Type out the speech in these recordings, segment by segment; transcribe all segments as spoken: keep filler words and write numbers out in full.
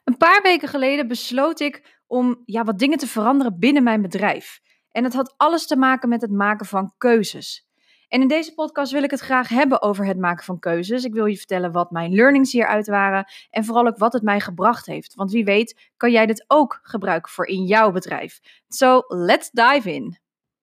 Een paar weken geleden besloot ik om ja, wat dingen te veranderen binnen mijn bedrijf. En het had alles te maken met het maken van keuzes. En in deze podcast wil ik het graag hebben over het maken van keuzes. Ik wil je vertellen wat mijn learnings hieruit waren en vooral ook wat het mij gebracht heeft. Want wie weet kan jij dit ook gebruiken voor in jouw bedrijf. So, let's dive in.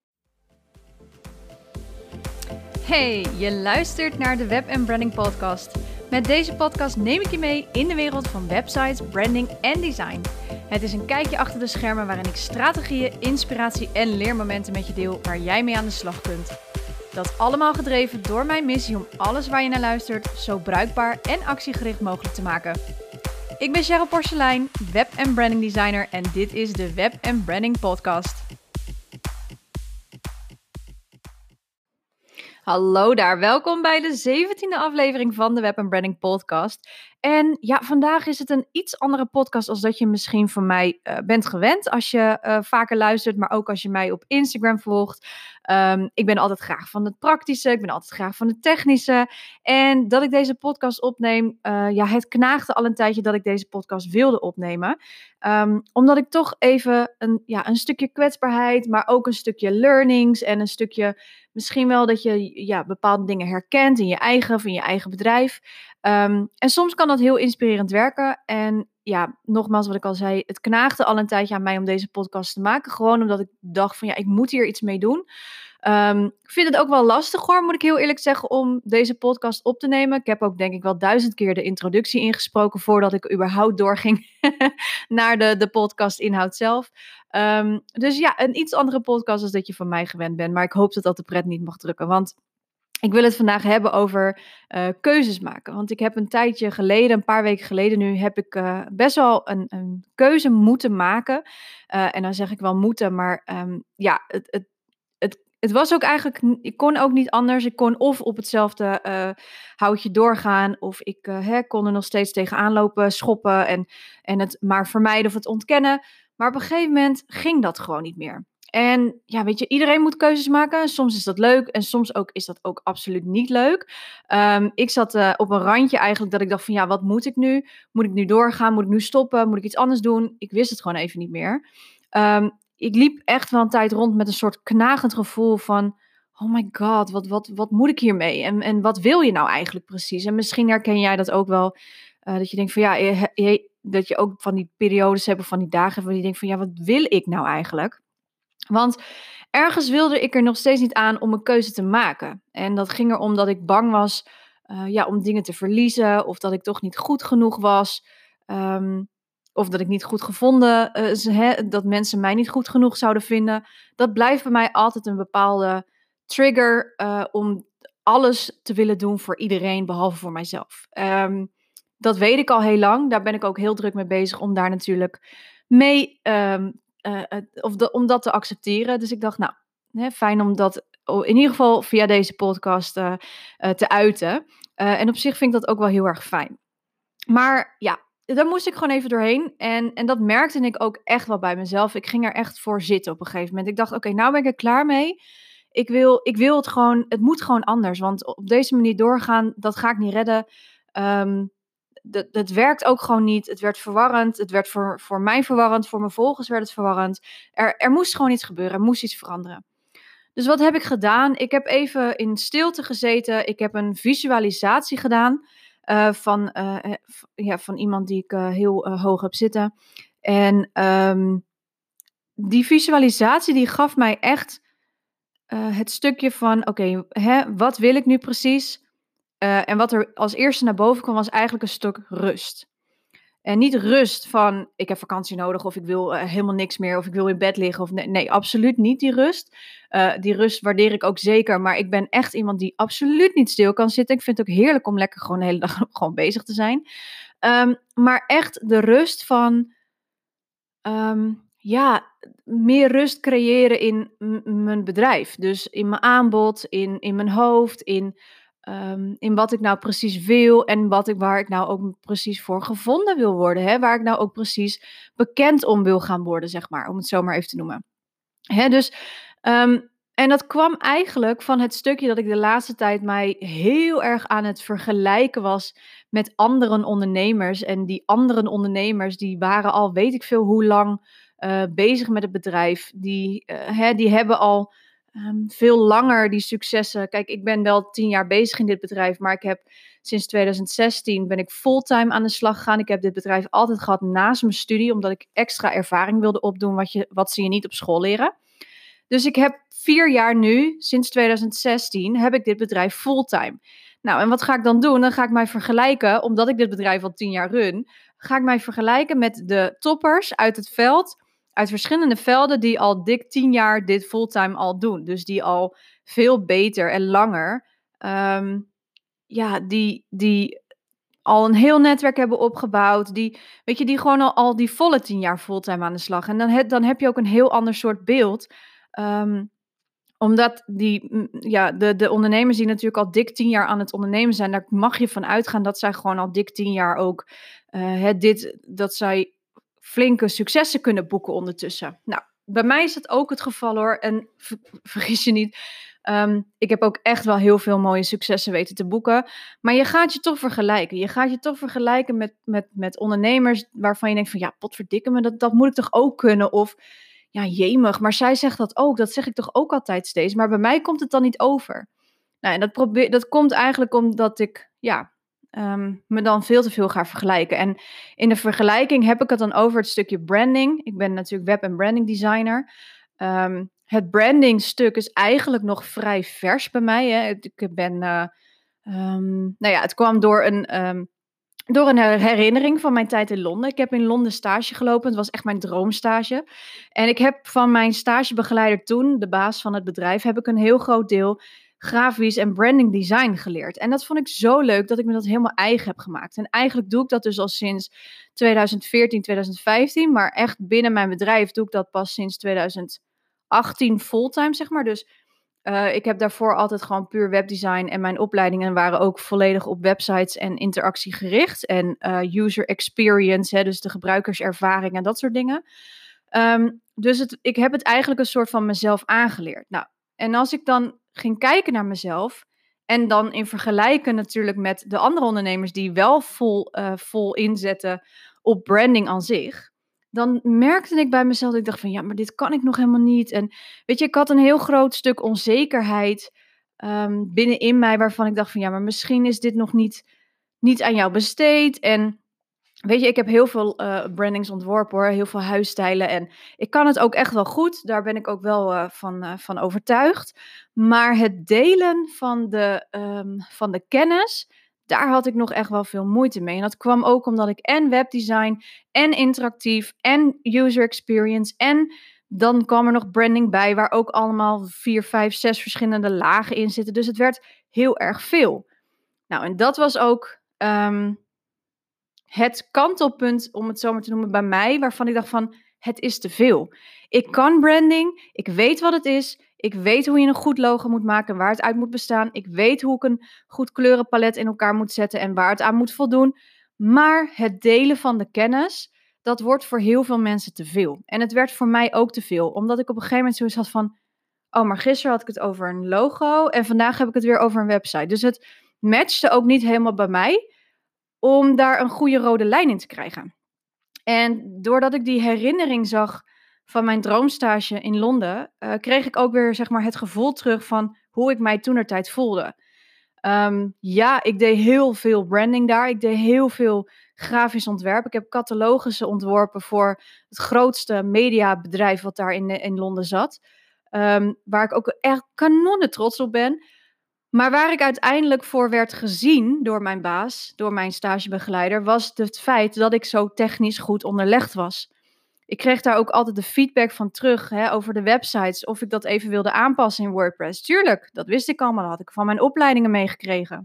Hey, je luistert naar de Web en Branding Podcast. Met deze podcast neem ik je mee in de wereld van websites, branding en design. Het is een kijkje achter de schermen waarin ik strategieën, inspiratie en leermomenten met je deel waar jij mee aan de slag kunt. Dat allemaal gedreven door mijn missie om alles waar je naar luistert zo bruikbaar en actiegericht mogelijk te maken. Ik ben Cheryl Porcelein, web- en branding designer en dit is de Web en Branding Podcast. Hallo daar, welkom bij de zeventiende aflevering van de Web en Branding Podcast. En ja, vandaag is het een iets andere podcast als dat je misschien van mij uh, bent gewend als je uh, vaker luistert, maar ook als je mij op Instagram volgt. Um, ik ben altijd graag van het praktische, ik ben altijd graag van het technische. En dat ik deze podcast opneem, uh, ja, het knaagde al een tijdje dat ik deze podcast wilde opnemen. Um, omdat ik toch even een, ja, een stukje kwetsbaarheid, maar ook een stukje learnings en een stukje misschien wel dat je ja, bepaalde dingen herkent in je eigen of in je eigen bedrijf. Um, en soms kan dat heel inspirerend werken. En ja, nogmaals wat ik al zei, het knaagde al een tijdje aan mij om deze podcast te maken. Gewoon omdat ik dacht van ja, ik moet hier iets mee doen. Um, ik vind het ook wel lastig hoor, moet ik heel eerlijk zeggen, om deze podcast op te nemen. Ik heb ook denk ik wel duizend keer de introductie ingesproken voordat ik überhaupt doorging naar de, de podcast inhoud zelf. Um, dus ja, een iets andere podcast als dat je van mij gewend bent. Maar ik hoop dat dat de pret niet mag drukken, want ik wil het vandaag hebben over uh, keuzes maken. Want ik heb een tijdje geleden, een paar weken geleden nu, heb ik uh, best wel een, een keuze moeten maken. Uh, en dan zeg ik wel moeten, maar um, ja, het, het, het, het was ook eigenlijk, ik kon ook niet anders. Ik kon of op hetzelfde uh, houtje doorgaan, of ik uh, hè, kon er nog steeds tegenaan lopen, schoppen en, en het maar vermijden of het ontkennen. Maar op een gegeven moment ging dat gewoon niet meer. En ja, weet je, iedereen moet keuzes maken. Soms is dat leuk en soms ook is dat ook absoluut niet leuk. Um, ik zat uh, op een randje eigenlijk dat ik dacht van ja, wat moet ik nu? Moet ik nu doorgaan? Moet ik nu stoppen? Moet ik iets anders doen? Ik wist het gewoon even niet meer. Um, ik liep echt wel een tijd rond met een soort knagend gevoel van oh my god, wat, wat, wat moet ik hiermee? En, en wat wil je nou eigenlijk precies? En misschien herken jij dat ook wel. Uh, dat je denkt van ja, je, je, dat je ook van die periodes hebt of van die dagen hebt waar je denkt van ja, wat wil ik nou eigenlijk? Want ergens wilde ik er nog steeds niet aan om een keuze te maken. En dat ging erom dat ik bang was uh, ja, om dingen te verliezen. Of dat ik toch niet goed genoeg was. Um, of dat ik niet goed gevonden, uh, he, dat mensen mij niet goed genoeg zouden vinden. Dat blijft bij mij altijd een bepaalde trigger uh, om alles te willen doen voor iedereen, behalve voor mijzelf. Um, dat weet ik al heel lang. Daar ben ik ook heel druk mee bezig om daar natuurlijk mee um, Uh, uh, of de, om dat te accepteren. Dus ik dacht, nou, hè, fijn om dat in ieder geval via deze podcast uh, uh, te uiten. Uh, en op zich vind ik dat ook wel heel erg fijn. Maar ja, daar moest ik gewoon even doorheen. En, en dat merkte ik ook echt wel bij mezelf. Ik ging er echt voor zitten op een gegeven moment. Ik dacht, oké, okay, nou ben ik er klaar mee. Ik wil, ik wil het gewoon, het moet gewoon anders. Want op deze manier doorgaan, dat ga ik niet redden. Um, Dat, dat werkt ook gewoon niet. Het werd verwarrend. Het werd voor, voor mij verwarrend. Voor mijn volgers werd het verwarrend. Er, er moest gewoon iets gebeuren. Er moest iets veranderen. Dus wat heb ik gedaan? Ik heb even in stilte gezeten. Ik heb een visualisatie gedaan. Uh, van, uh, ja, van iemand die ik uh, heel uh, hoog heb zitten. En um, die visualisatie die gaf mij echt uh, het stukje van... Oké, okay, wat wil ik nu precies? Uh, en wat er als eerste naar boven kwam was eigenlijk een stuk rust. En niet rust van ik heb vakantie nodig of ik wil uh, helemaal niks meer of ik wil in bed liggen. Of nee, nee absoluut niet die rust. Uh, die rust waardeer ik ook zeker, maar ik ben echt iemand die absoluut niet stil kan zitten. Ik vind het ook heerlijk om lekker gewoon de hele dag gewoon bezig te zijn. Um, maar echt de rust van um, ja, meer rust creëren in m- mijn bedrijf. Dus in mijn aanbod, in, in mijn hoofd, in... Um, in wat ik nou precies wil en wat ik, waar ik nou ook precies voor gevonden wil worden. Hè? Waar ik nou ook precies bekend om wil gaan worden, zeg maar. Om het zo maar even te noemen. Hè, dus, um, en dat kwam eigenlijk van het stukje dat ik de laatste tijd mij heel erg aan het vergelijken was met andere ondernemers. En die andere ondernemers die waren al weet ik veel hoe lang uh, bezig met het bedrijf. Die, uh, hè, die hebben al um, veel langer die successen. Kijk, ik ben wel tien jaar bezig in dit bedrijf, maar ik heb sinds twintig zestien ben ik fulltime aan de slag gegaan. Ik heb dit bedrijf altijd gehad naast mijn studie, omdat ik extra ervaring wilde opdoen wat, je, wat ze je niet op school leren. Dus ik heb vier jaar nu, sinds twintig zestien, heb ik dit bedrijf fulltime. Nou, en wat ga ik dan doen? Dan ga ik mij vergelijken, omdat ik dit bedrijf al tien jaar run, ga ik mij vergelijken met de toppers uit het veld, uit verschillende velden die al dik tien jaar dit fulltime al doen. Dus die al veel beter en langer, um, ja, die, die al een heel netwerk hebben opgebouwd, die, weet je, die gewoon al, al die volle tien jaar fulltime aan de slag. En dan, he, dan heb je ook een heel ander soort beeld. Um, omdat die, ja, de, de ondernemers die natuurlijk al dik tien jaar aan het ondernemen zijn, daar mag je van uitgaan dat zij gewoon al dik tien jaar ook uh, het, dit, dat zij flinke successen kunnen boeken ondertussen. Nou, bij mij is dat ook het geval hoor. En ver, vergis je niet, um, ik heb ook echt wel heel veel mooie successen weten te boeken. Maar je gaat je toch vergelijken. Je gaat je toch vergelijken met, met, met ondernemers waarvan je denkt van ja, potverdikke me, dat, dat moet ik toch ook kunnen? Of ja, jemig, maar zij zegt dat ook. Dat zeg ik toch ook altijd steeds. Maar bij mij komt het dan niet over. Nou, en dat, probeer, dat komt eigenlijk omdat ik ja, um, me dan veel te veel ga vergelijken. En in de vergelijking heb ik het dan over het stukje branding. Ik ben natuurlijk web- en branding designer. Um, het brandingstuk is eigenlijk nog vrij vers bij mij. Hè. Ik ben, uh, um, nou ja, het kwam door een... Um, Door een herinnering van mijn tijd in Londen. Ik heb in Londen stage gelopen. Het was echt mijn droomstage. En ik heb van mijn stagebegeleider toen, de baas van het bedrijf, heb ik een heel groot deel grafisch en branding design geleerd. En dat vond ik zo leuk dat ik me dat helemaal eigen heb gemaakt. En eigenlijk doe ik dat dus al sinds twintig veertien, twintig vijftien. Maar echt binnen mijn bedrijf doe ik dat pas sinds twintig achttien fulltime, zeg maar. Dus Uh, ik heb daarvoor altijd gewoon puur webdesign en mijn opleidingen waren ook volledig op websites en interactie gericht. En uh, user experience, hè, dus de gebruikerservaring en dat soort dingen. Um, dus het, ik heb het eigenlijk een soort van mezelf aangeleerd. Nou, en als ik dan ging kijken naar mezelf en dan in vergelijken natuurlijk met de andere ondernemers die wel vol, uh, vol inzetten op branding aan zich, dan merkte ik bij mezelf dat ik dacht van ja, maar dit kan ik nog helemaal niet. En weet je, ik had een heel groot stuk onzekerheid um, binnenin mij waarvan ik dacht van ja, maar misschien is dit nog niet, niet aan jou besteed. En weet je, ik heb heel veel uh, brandings ontworpen hoor, heel veel huisstijlen en ik kan het ook echt wel goed. Daar ben ik ook wel uh, van, uh, van overtuigd. Maar het delen van de, um, van de kennis, daar had ik nog echt wel veel moeite mee. En dat kwam ook omdat ik en webdesign en interactief en user experience en dan kwam er nog branding bij waar ook allemaal vier, vijf, zes verschillende lagen in zitten. Dus het werd heel erg veel. Nou, en dat was ook um, het kantelpunt, om het zo maar te noemen, bij mij, waarvan ik dacht van, het is te veel. Ik kan branding, ik weet wat het is, ik weet hoe je een goed logo moet maken, waar het uit moet bestaan, ik weet hoe ik een goed kleurenpalet in elkaar moet zetten en waar het aan moet voldoen, maar het delen van de kennis, dat wordt voor heel veel mensen te veel. En het werd voor mij ook te veel, omdat ik op een gegeven moment zoiets had van, oh, maar gisteren had ik het over een logo en vandaag heb ik het weer over een website. Dus het matchte ook niet helemaal bij mij om daar een goede rode lijn in te krijgen. En doordat ik die herinnering zag van mijn droomstage in Londen, uh, kreeg ik ook weer zeg maar, het gevoel terug van hoe ik mij toentertijd voelde. Um, ja, ik deed heel veel branding daar. Ik deed heel veel grafisch ontwerp. Ik heb catalogussen ontworpen voor het grootste mediabedrijf wat daar in, in Londen zat. Um, waar ik ook echt kanonnen trots op ben. Maar waar ik uiteindelijk voor werd gezien door mijn baas, door mijn stagebegeleider, was het feit dat ik zo technisch goed onderlegd was. Ik kreeg daar ook altijd de feedback van terug hè, over de websites, of ik dat even wilde aanpassen in WordPress. Tuurlijk, dat wist ik allemaal, dat had ik van mijn opleidingen meegekregen.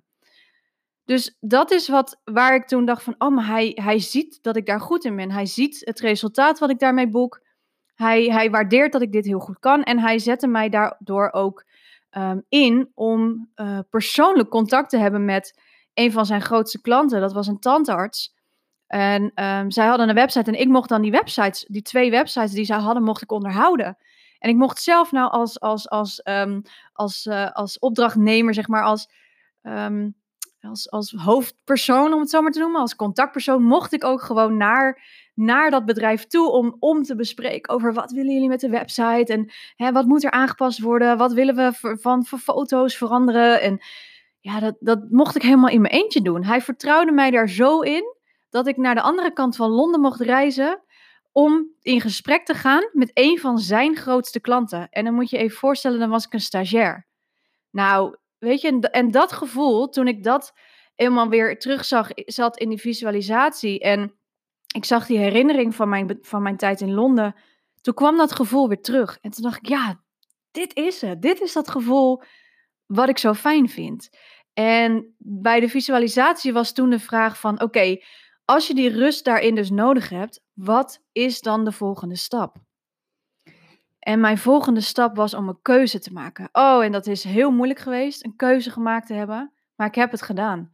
Dus dat is wat, waar ik toen dacht van, oh, maar hij, hij ziet dat ik daar goed in ben. Hij ziet het resultaat wat ik daarmee boek. Hij, hij waardeert dat ik dit heel goed kan en hij zette mij daardoor ook Um, in om uh, persoonlijk contact te hebben met een van zijn grootste klanten. Dat was een tandarts. En um, zij hadden een website en ik mocht dan die websites, die twee websites die zij hadden, mocht ik onderhouden. En ik mocht zelf nou als, als, als, um, als, uh, als opdrachtnemer, zeg maar, als, um, als, als hoofdpersoon, om het zo maar te noemen, als contactpersoon, mocht ik ook gewoon naar, naar dat bedrijf toe om, om te bespreken over wat willen jullie met de website en hè, wat moet er aangepast worden, wat willen we voor, van voor foto's veranderen. En ja, dat, dat mocht ik helemaal in mijn eentje doen. Hij vertrouwde mij daar zo in dat ik naar de andere kant van Londen mocht reizen om in gesprek te gaan met een van zijn grootste klanten. En dan moet je even voorstellen, dan was ik een stagiair. Nou, weet je, en, en dat gevoel, toen ik dat eenmaal weer terugzag, zat in die visualisatie en ik zag die herinnering van mijn, van mijn tijd in Londen, toen kwam dat gevoel weer terug. En toen dacht ik, ja, dit is het. Dit is dat gevoel wat ik zo fijn vind. En bij de visualisatie was toen de vraag van, oké, okay, als je die rust daarin dus nodig hebt, wat is dan de volgende stap? En mijn volgende stap was om een keuze te maken. Oh, en dat is heel moeilijk geweest, een keuze gemaakt te hebben, maar ik heb het gedaan.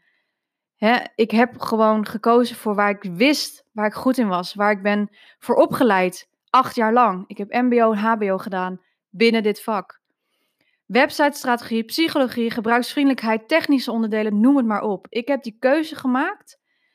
Hè, ik heb gewoon gekozen voor waar ik wist, waar ik goed in was, waar ik ben voor opgeleid, acht jaar lang. Ik heb mbo en hbo gedaan binnen dit vak. Websitestrategie, psychologie, gebruiksvriendelijkheid, technische onderdelen, noem het maar op. Ik heb die keuze gemaakt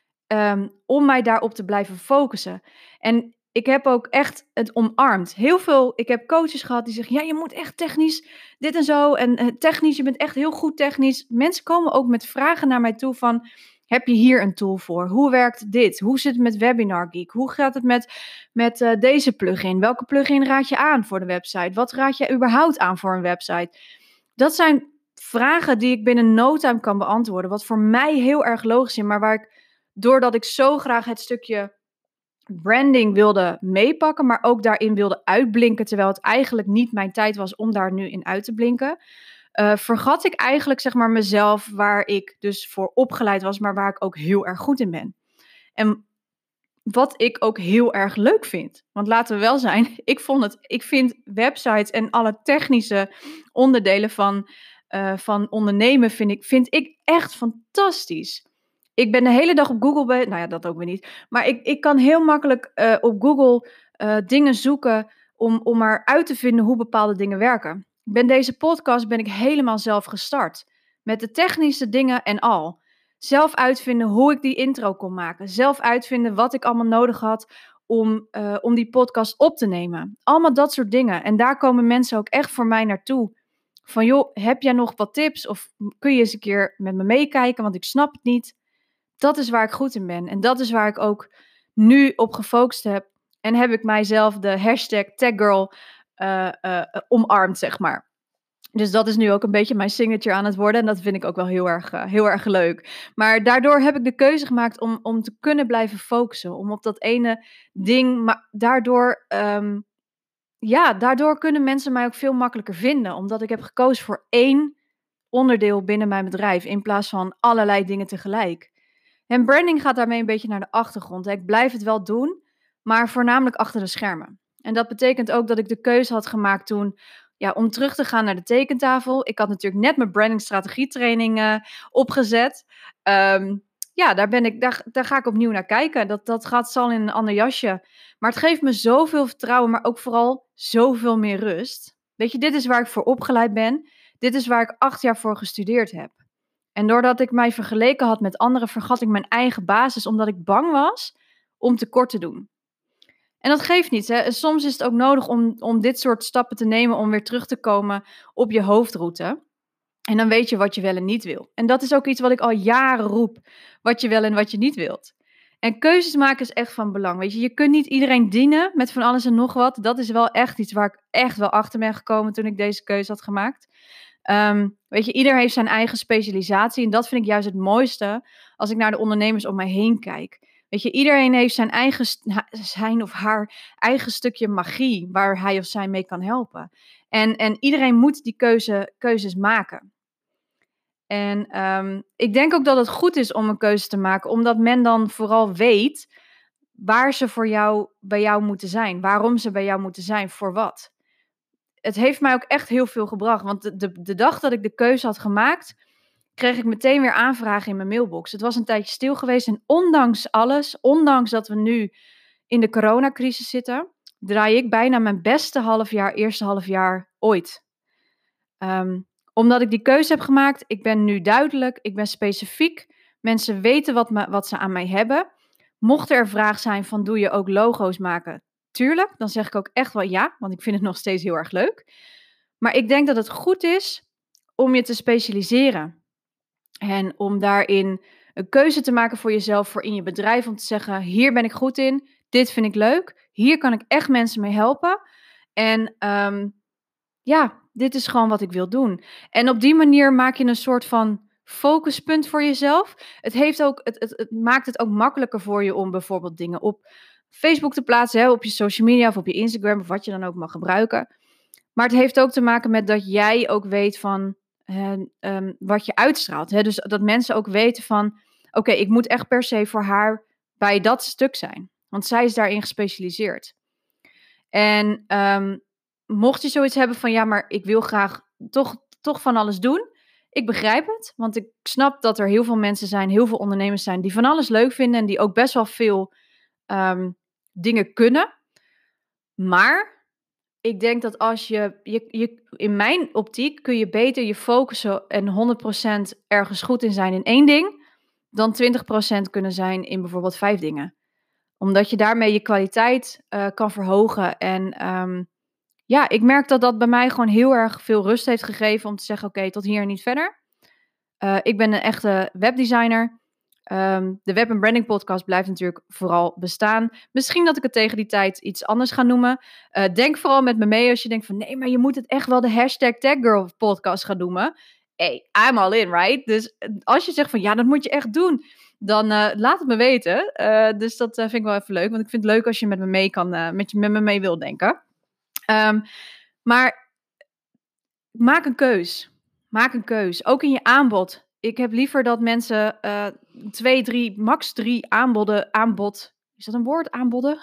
um, om mij daarop te blijven focussen. En ik heb ook echt het omarmd. Heel veel, ik heb coaches gehad die zeggen, ja, je moet echt technisch dit en zo. En uh, technisch, je bent echt heel goed technisch. Mensen komen ook met vragen naar mij toe van, heb je hier een tool voor? Hoe werkt dit? Hoe zit het met Webinar Geek? Hoe gaat het met, met uh, deze plugin? Welke plugin raad je aan voor de website? Wat raad je überhaupt aan voor een website? Dat zijn vragen die ik binnen no time kan beantwoorden. Wat voor mij heel erg logisch is, maar waar ik, doordat ik zo graag het stukje branding wilde meepakken, maar ook daarin wilde uitblinken, terwijl het eigenlijk niet mijn tijd was om daar nu in uit te blinken, uh, vergat ik eigenlijk zeg maar mezelf waar ik dus voor opgeleid was, maar waar ik ook heel erg goed in ben. En wat ik ook heel erg leuk vind. Want laten we wel zijn, ik vond het, ik vind websites en alle technische onderdelen van, uh, van ondernemen vind ik, vind ik echt fantastisch. Ik ben de hele dag op Google bij, nou ja, dat ook weer niet. Maar ik, ik kan heel makkelijk uh, op Google uh, dingen zoeken om, om maar uit te vinden hoe bepaalde dingen werken. Ben deze podcast ben ik helemaal zelf gestart. Met de technische dingen en al. Zelf uitvinden hoe ik die intro kon maken. Zelf uitvinden wat ik allemaal nodig had om, uh, om die podcast op te nemen. Allemaal dat soort dingen. En daar komen mensen ook echt voor mij naartoe. Van joh, heb jij nog wat tips? Of kun je eens een keer met me meekijken? Want ik snap het niet. Dat is waar ik goed in ben. En dat is waar ik ook nu op gefocust heb. En heb ik mijzelf de hashtag TechGirl uh, uh, omarmd, zeg maar. Dus dat is nu ook een beetje mijn signature aan het worden. En dat vind ik ook wel heel erg, uh, heel erg leuk. Maar daardoor heb ik de keuze gemaakt om, om te kunnen blijven focussen. Om op dat ene ding. Maar daardoor, um, ja, daardoor kunnen mensen mij ook veel makkelijker vinden. Omdat ik heb gekozen voor één onderdeel binnen mijn bedrijf. In plaats van allerlei dingen tegelijk. En branding gaat daarmee een beetje naar de achtergrond. Ik blijf het wel doen, maar voornamelijk achter de schermen. En dat betekent ook dat ik de keuze had gemaakt toen, ja, om terug te gaan naar de tekentafel. Ik had natuurlijk net mijn branding strategietraining uh, opgezet. Um, ja, daar, ben ik, daar, daar ga ik opnieuw naar kijken. Dat, dat gaat zal in een ander jasje. Maar het geeft me zoveel vertrouwen, maar ook vooral zoveel meer rust. Weet je, dit is waar ik voor opgeleid ben. Dit is waar ik acht jaar voor gestudeerd heb. En doordat ik mij vergeleken had met anderen, vergat ik mijn eigen basis, omdat ik bang was om tekort te doen. En dat geeft niet. Hè? Soms is het ook nodig om, om dit soort stappen te nemen om weer terug te komen op je hoofdroute. En dan weet je wat je wel en niet wil. En dat is ook iets wat ik al jaren roep. Wat je wel en wat je niet wilt. En keuzes maken is echt van belang. Weet je, je kunt niet iedereen dienen met van alles en nog wat. Dat is wel echt iets waar ik echt wel achter ben gekomen toen ik deze keuze had gemaakt. Um, weet je, ieder heeft zijn eigen specialisatie. En dat vind ik juist het mooiste als ik naar de ondernemers om mij heen kijk. Weet je, iedereen heeft zijn eigen, zijn of haar eigen stukje magie waar hij of zij mee kan helpen. En, en iedereen moet die keuze, keuzes maken. En um, ik denk ook dat het goed is om een keuze te maken, omdat men dan vooral weet waar ze voor jou, bij jou moeten zijn. Waarom ze bij jou moeten zijn, voor wat. Het heeft mij ook echt heel veel gebracht. Want de, de, de dag dat ik de keuze had gemaakt, kreeg ik meteen weer aanvragen in mijn mailbox. Het was een tijdje stil geweest. En ondanks alles, ondanks dat we nu in de coronacrisis zitten, draai ik bijna mijn beste half jaar, eerste half jaar ooit. Um, Omdat ik die keuze heb gemaakt, ik ben nu duidelijk, ik ben specifiek. Mensen weten wat, me, wat ze aan mij hebben. Mocht er een vraag zijn van, doe je ook logo's maken? Tuurlijk, dan zeg ik ook echt wel ja, want ik vind het nog steeds heel erg leuk. Maar ik denk dat het goed is om je te specialiseren. En om daarin een keuze te maken voor jezelf, voor in je bedrijf, om te zeggen, hier ben ik goed in, dit vind ik leuk, hier kan ik echt mensen mee helpen. En um, ja, dit is gewoon wat ik wil doen. En op die manier maak je een soort van focuspunt voor jezelf. Het, heeft ook, het, het, het maakt het ook makkelijker voor je om bijvoorbeeld dingen op Facebook te plaatsen, hè, op je social media of op je Instagram of wat je dan ook mag gebruiken. Maar het heeft ook te maken met dat jij ook weet van uh, um, wat je uitstraalt. Hè? Dus dat mensen ook weten van, oké, okay, ik moet echt per se voor haar bij dat stuk zijn. Want zij is daarin gespecialiseerd. En um, mocht je zoiets hebben van, ja, maar ik wil graag toch, toch van alles doen. Ik begrijp het, want ik snap dat er heel veel mensen zijn, heel veel ondernemers zijn die van alles leuk vinden en die ook best wel veel um, dingen kunnen. Maar ik denk dat als je, je, je, in mijn optiek kun je beter je focussen en honderd procent ergens goed in zijn in één ding, dan twintig procent kunnen zijn in bijvoorbeeld vijf dingen. Omdat je daarmee je kwaliteit uh, kan verhogen. En um, ja, ik merk dat dat bij mij gewoon heel erg veel rust heeft gegeven om te zeggen, oké, okay, tot hier en niet verder. Uh, ik ben een echte webdesigner. Um, de Web en Branding Podcast blijft natuurlijk vooral bestaan. Misschien dat ik het tegen die tijd iets anders ga noemen. Uh, denk vooral met me mee als je denkt van, nee, maar je moet het echt wel de hashtag Tech Podcast gaan noemen. Hey, I'm all in, right? Dus als je zegt van, ja, dat moet je echt doen, dan uh, laat het me weten. Uh, dus dat uh, vind ik wel even leuk, want ik vind het leuk als je met me mee kan, uh, met, je, met me mee wil denken. Um, maar maak een keus. Maak een keus. Ook in je aanbod. Ik heb liever dat mensen uh, twee, drie, max drie aanboden, aanbod, is dat een woord? Aanboden?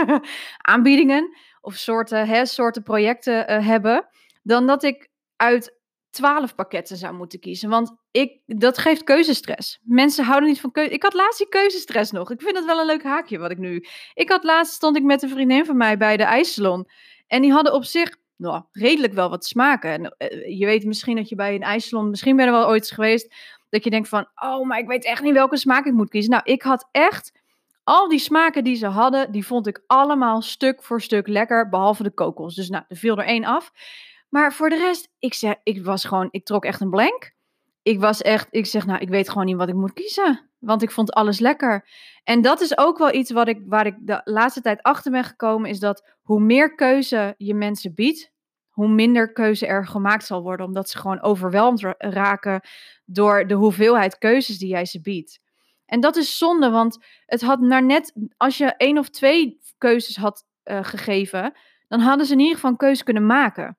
Aanbiedingen of soorten, hè, soorten projecten uh, hebben, dan dat ik uit twaalf pakketten zou moeten kiezen. Want ik, dat geeft keuzestress. Mensen houden niet van keuze. Ik had laatst die keuzestress nog. Ik vind dat wel een leuk haakje wat ik nu... Ik had laatst, stond ik met een vriendin van mij bij de ijssalon. En die hadden op zich nou, redelijk wel wat smaken. En, uh, je weet misschien dat je bij een ijssalon, misschien ben je er wel ooit geweest, dat je denkt van, oh, maar ik weet echt niet welke smaak ik moet kiezen. Nou, ik had echt al die smaken die ze hadden, die vond ik allemaal stuk voor stuk lekker, behalve de kokos. Dus nou, er viel er één af. Maar voor de rest, ik zeg, ik was gewoon, ik trok echt een blank. Ik was echt, ik zeg, nou, ik weet gewoon niet wat ik moet kiezen. Want ik vond alles lekker. En dat is ook wel iets wat ik, waar ik de laatste tijd achter ben gekomen, is dat hoe meer keuze je mensen biedt, hoe minder keuze er gemaakt zal worden. Omdat ze gewoon overweldigd raken door de hoeveelheid keuzes die jij ze biedt. En dat is zonde, want het had naar net, als je één of twee keuzes had uh, gegeven, dan hadden ze in ieder geval een keuze kunnen maken.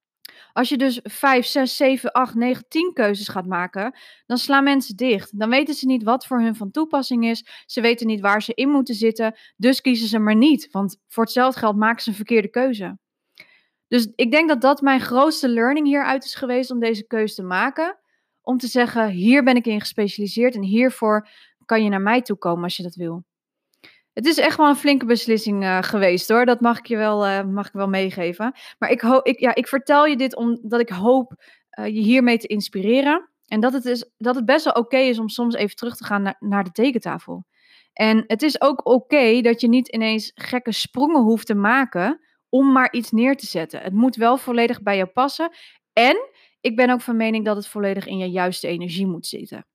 Als je dus vijf, zes, zeven, acht, negen, tien keuzes gaat maken, dan slaan mensen dicht. Dan weten ze niet wat voor hun van toepassing is. Ze weten niet waar ze in moeten zitten. Dus kiezen ze maar niet. Want voor hetzelfde geld maken ze een verkeerde keuze. Dus ik denk dat dat mijn grootste learning hieruit is geweest om deze keuze te maken. Om te zeggen, hier ben ik in gespecialiseerd en hiervoor kan je naar mij toe komen als je dat wil. Het is echt wel een flinke beslissing uh, geweest hoor. Dat mag ik je wel, uh, mag ik wel meegeven. Maar ik, ho- ik, ja, ik vertel je dit omdat ik hoop uh, je hiermee te inspireren. En dat het, is, dat het best wel oké okay is om soms even terug te gaan naar, naar de tekentafel. En het is ook oké okay dat je niet ineens gekke sprongen hoeft te maken om maar iets neer te zetten. Het moet wel volledig bij jou passen. En ik ben ook van mening dat het volledig in je juiste energie moet zitten.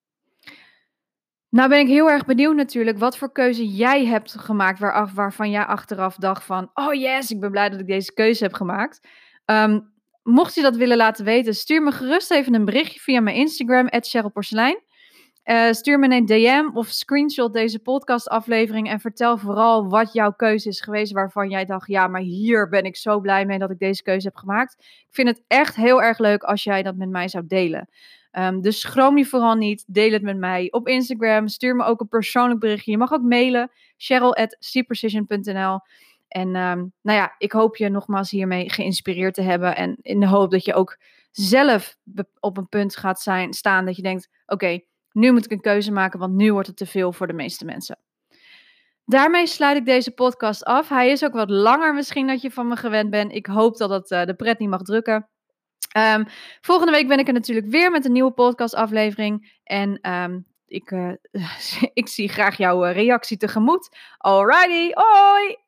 Nou ben ik heel erg benieuwd natuurlijk wat voor keuze jij hebt gemaakt waar, waarvan jij achteraf dacht van, oh yes, ik ben blij dat ik deze keuze heb gemaakt. Um, mocht je dat willen laten weten, stuur me gerust even een berichtje via mijn Instagram, at Cheryl Porcelein. Uh, stuur me een D M of screenshot deze podcastaflevering en vertel vooral wat jouw keuze is geweest waarvan jij dacht, ja, maar hier ben ik zo blij mee dat ik deze keuze heb gemaakt. Ik vind het echt heel erg leuk als jij dat met mij zou delen. Um, dus schroom je vooral niet, deel het met mij op Instagram, stuur me ook een persoonlijk berichtje. Je mag ook mailen, cheryl at c precision dot n l. En um, nou ja, ik hoop je nogmaals hiermee geïnspireerd te hebben en in de hoop dat je ook zelf op een punt gaat zijn, staan dat je denkt, oké, okay, nu moet ik een keuze maken, want nu wordt het te veel voor de meeste mensen. Daarmee sluit ik deze podcast af. Hij is ook wat langer misschien dan je van me gewend bent. Ik hoop dat het uh, de pret niet mag drukken. Um, volgende week ben ik er natuurlijk weer met een nieuwe podcastaflevering. En um, ik, uh, ik zie graag jouw reactie tegemoet. Alrighty, hoi!